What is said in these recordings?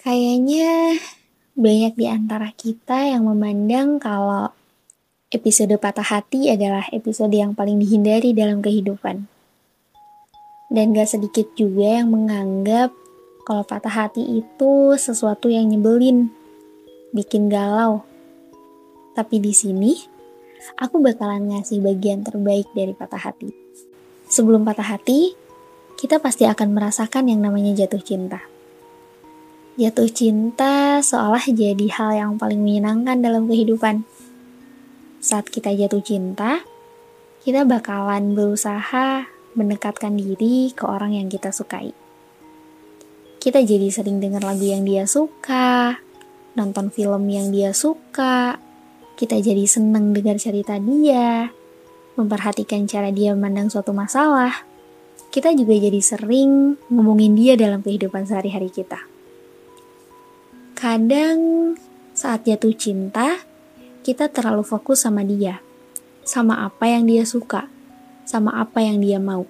Kayaknya banyak di antara kita yang memandang kalau episode patah hati adalah episode yang paling dihindari dalam kehidupan. Dan gak sedikit juga yang menganggap kalau patah hati itu sesuatu yang nyebelin, bikin galau. Tapi di sini, aku bakalan ngasih bagian terbaik dari patah hati. Sebelum patah hati, kita pasti akan merasakan yang namanya jatuh cinta. Jatuh cinta seolah jadi hal yang paling menyenangkan dalam kehidupan. Saat kita jatuh cinta, kita bakalan berusaha mendekatkan diri ke orang yang kita sukai. Kita jadi sering dengar lagu yang dia suka, nonton film yang dia suka, kita jadi seneng dengar cerita dia, memperhatikan cara dia memandang suatu masalah. Kita juga jadi sering ngomongin dia dalam kehidupan sehari-hari kita. Kadang saat jatuh cinta, kita terlalu fokus sama dia, sama apa yang dia suka, sama apa yang dia mau.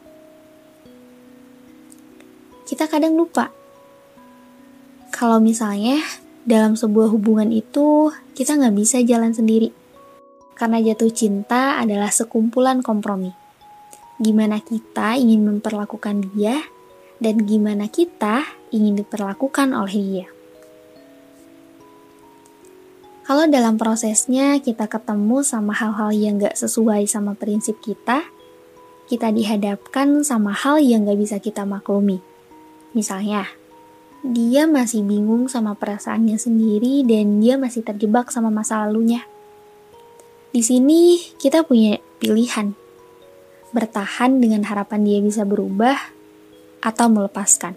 Kita kadang lupa, kalau misalnya dalam sebuah hubungan itu, kita nggak bisa jalan sendiri. Karena jatuh cinta adalah sekumpulan kompromi. Gimana kita ingin memperlakukan dia, dan gimana kita ingin diperlakukan oleh dia. Kalau dalam prosesnya kita ketemu sama hal-hal yang gak sesuai sama prinsip kita dihadapkan sama hal yang gak bisa kita maklumi. Misalnya, dia masih bingung sama perasaannya sendiri dan dia masih terjebak sama masa lalunya. Di sini kita punya pilihan, bertahan dengan harapan dia bisa berubah atau melepaskan.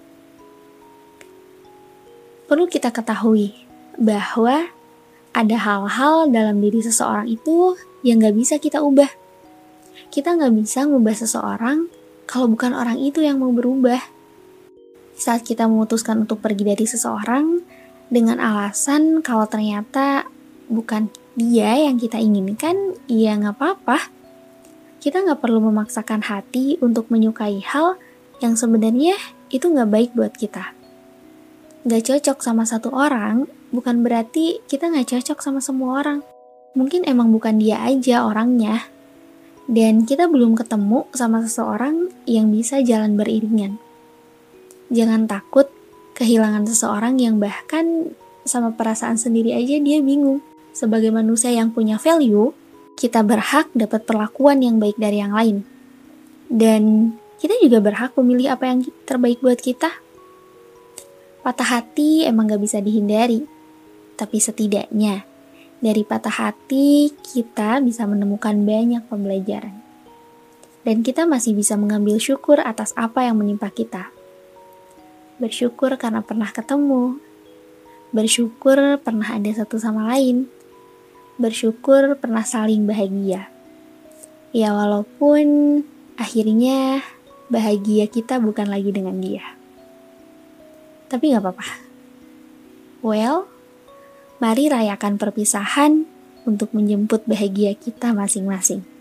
Perlu kita ketahui bahwa ada hal-hal dalam diri seseorang itu yang gak bisa kita ubah. Kita gak bisa ngubah seseorang kalau bukan orang itu yang mau berubah. Saat kita memutuskan untuk pergi dari seseorang dengan alasan kalau ternyata bukan dia yang kita inginkan, ya gak apa-apa. Kita gak perlu memaksakan hati untuk menyukai hal yang sebenarnya itu gak baik buat kita. Gak cocok sama satu orang bukan berarti kita gak cocok sama semua orang. Mungkin emang bukan dia aja orangnya. Dan kita belum ketemu sama seseorang yang bisa jalan beriringan. Jangan takut kehilangan seseorang yang bahkan sama perasaan sendiri aja dia bingung. Sebagai manusia yang punya value, kita berhak dapat perlakuan yang baik dari yang lain. Dan kita juga berhak memilih apa yang terbaik buat kita. Patah hati emang gak bisa dihindari. Tapi setidaknya, dari patah hati, kita bisa menemukan banyak pembelajaran. Dan kita masih bisa mengambil syukur atas apa yang menimpa kita. Bersyukur karena pernah ketemu. Bersyukur pernah ada satu sama lain. Bersyukur pernah saling bahagia. Ya walaupun akhirnya bahagia kita bukan lagi dengan dia. Tapi gak apa-apa. Well, mari rayakan perpisahan untuk menjemput bahagia kita masing-masing.